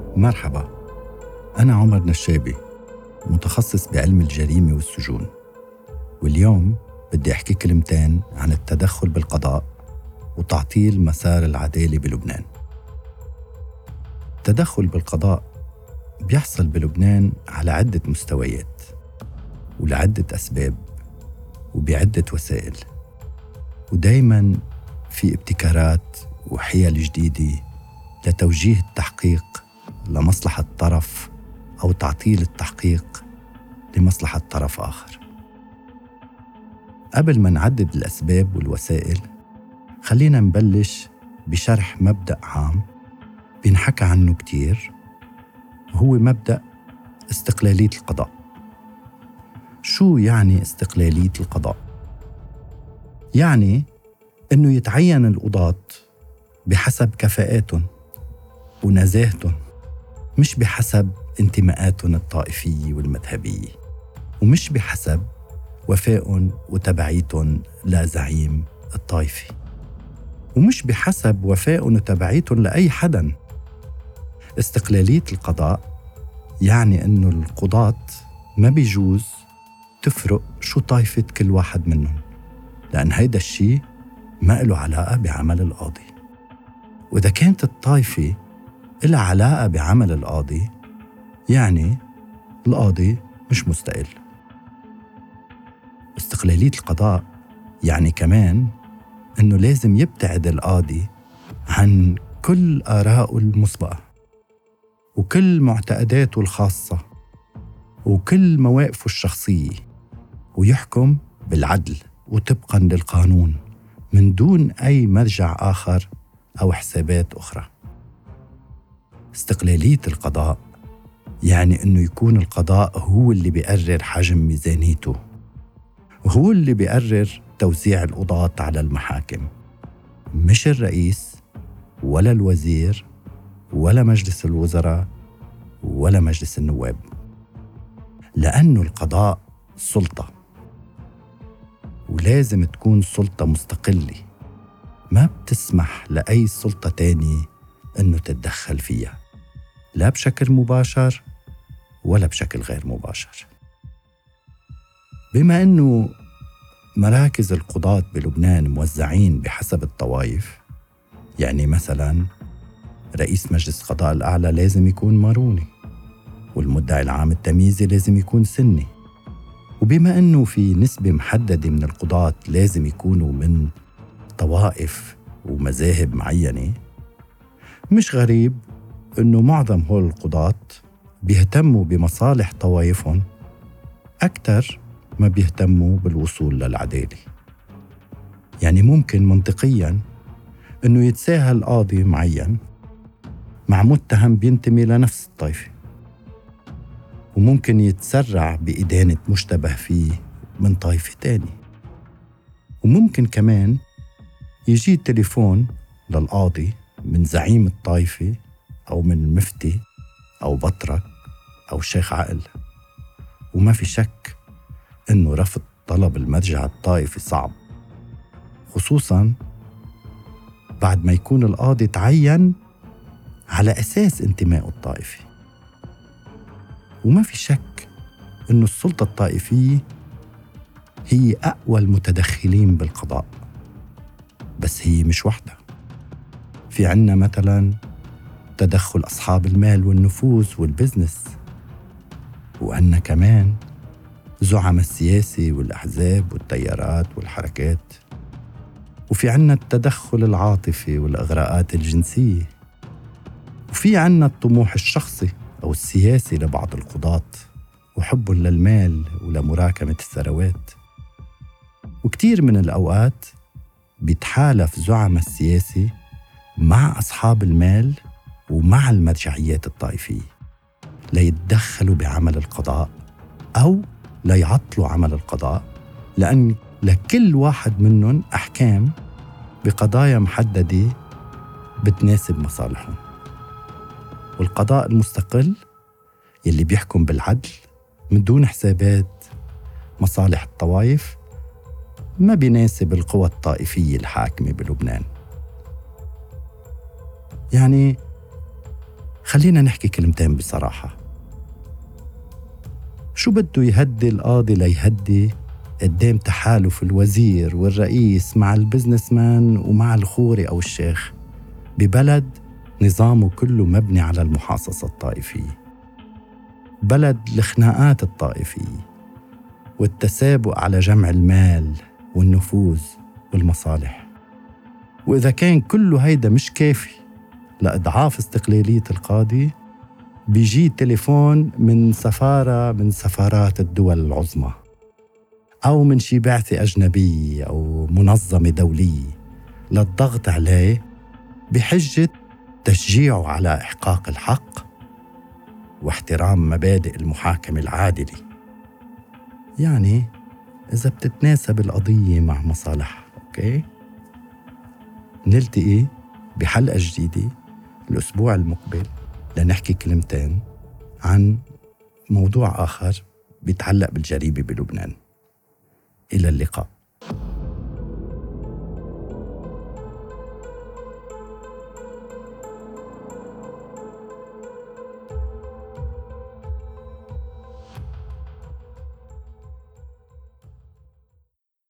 مرحبا، أنا عمر نشابي، متخصص بعلم الجريمة والسجون. واليوم بدي أحكي كلمتين عن التدخل بالقضاء وتعطيل مسار العدالة بلبنان. التدخل بالقضاء بيحصل بلبنان على عدة مستويات ولعدة أسباب وبعدة وسائل، ودايماً في ابتكارات وحيل جديدة لتوجيه التحقيق لمصلحة طرف أو تعطيل التحقيق لمصلحة طرف آخر. قبل ما نعدد الأسباب والوسائل، خلينا نبلش بشرح مبدأ عام بينحكى عنه كتير، وهو مبدأ استقلالية القضاء. شو يعني استقلالية القضاء؟ يعني إنه يتعين القضاة بحسب كفاءاتهم ونزاهتهم، مش بحسب انتماءاتهم الطائفية والمذهبية، ومش بحسب وفائهم وتبعيتهم لزعيم الطائفة، ومش بحسب وفائهم وتبعيتهم لأي حدا. استقلالية القضاء يعني إنه القضاة ما بيجوز تفرق شو طائفة كل واحد منهم، لأن هيدا الشيء ما له علاقة بعمل القاضي. وإذا كانت الطائفة إلها علاقة بعمل القاضي، يعني القاضي مش مستقل. استقلالية القضاء يعني كمان إنه لازم يبتعد القاضي عن كل آراءه المسبقة وكل معتقداته الخاصة وكل مواقفه الشخصية، ويحكم بالعدل وطبقاً للقانون من دون أي مرجع آخر أو حسابات أخرى. استقلالية القضاء يعني إنه يكون القضاء هو اللي بيقرر حجم ميزانيته، وهو اللي بيقرر توزيع القضاة على المحاكم، مش الرئيس ولا الوزير ولا مجلس الوزراء ولا مجلس النواب، لأنه القضاء سلطة، ولازم تكون سلطة مستقلة ما بتسمح لأي سلطة تانية إنه تتدخل فيها، لا بشكل مباشر ولا بشكل غير مباشر. بما إنه مراكز القضاة بلبنان موزعين بحسب الطوائف، يعني مثلاً رئيس مجلس القضاء الأعلى لازم يكون ماروني، والمدعي العام التمييزي لازم يكون سني، وبما إنه في نسبة محددة من القضاة لازم يكونوا من طوائف ومذاهب معينة، مش غريب إنه معظم هول القضاة بيهتموا بمصالح طوائفهم أكتر ما بيهتموا بالوصول للعدالة. يعني ممكن منطقياً إنه يتساهل قاضي معين مع متهم بينتمي لنفس الطائفة، وممكن يتسرع بإدانة مشتبه فيه من طائفة تاني، وممكن كمان يجي تليفون للقاضي من زعيم الطائفة أو من المفتي أو بطرك أو شيخ عقل، وما في شك إنه رفض طلب المرجع الطائفي صعب، خصوصاً بعد ما يكون القاضي تعين على أساس انتمائه الطائفي. وما في شك إنه السلطة الطائفية هي أقوى المتدخلين بالقضاء، بس هي مش وحدها. في عنا مثلاً تدخل أصحاب المال والنفوذ والبزنس، وعنا كمان زعم السياسي والأحزاب والتيارات والحركات، وفي عنا التدخل العاطفي والإغراءات الجنسية، وفي عنا الطموح الشخصي أو السياسي لبعض القضاة وحب للمال ولمراكمة الثروات. وكتير من الأوقات بيتحالف زعم السياسي مع أصحاب المال ومع المرجعيات الطائفية ليتدخلوا بعمل القضاء أو ليعطلوا عمل القضاء، لأن لكل واحد منهم أحكام بقضايا محددة بتناسب مصالحهم. والقضاء المستقل يلي بيحكم بالعدل من دون حسابات مصالح الطوائف ما بيناسب القوى الطائفية الحاكمة بلبنان. يعني خلينا نحكي كلمتين بصراحة. شو بده يهدي القاضي ليهدي قدام تحالف الوزير والرئيس مع البزنس مان ومع الخوري أو الشيخ ببلد نظامه كله مبني على المحاصصة الطائفية، بلد الخناقات الطائفية والتسابق على جمع المال والنفوذ والمصالح. وإذا كان كله هيدا مش كافي لإضعاف استقلالية القاضي، بيجي تليفون من سفارة من سفارات الدول العظمى أو من شي بعثة أجنبية أو منظمة دولية للضغط عليه بحجة تشجيعه على إحقاق الحق واحترام مبادئ المحاكمة العادلة. يعني إذا بتتناسب القضية مع مصالحها. أوكي؟ نلتقي بحلقة جديدة الأسبوع المقبل لنحكي كلمتين عن موضوع آخر بيتعلق بالجريمة بلبنان. إلى اللقاء.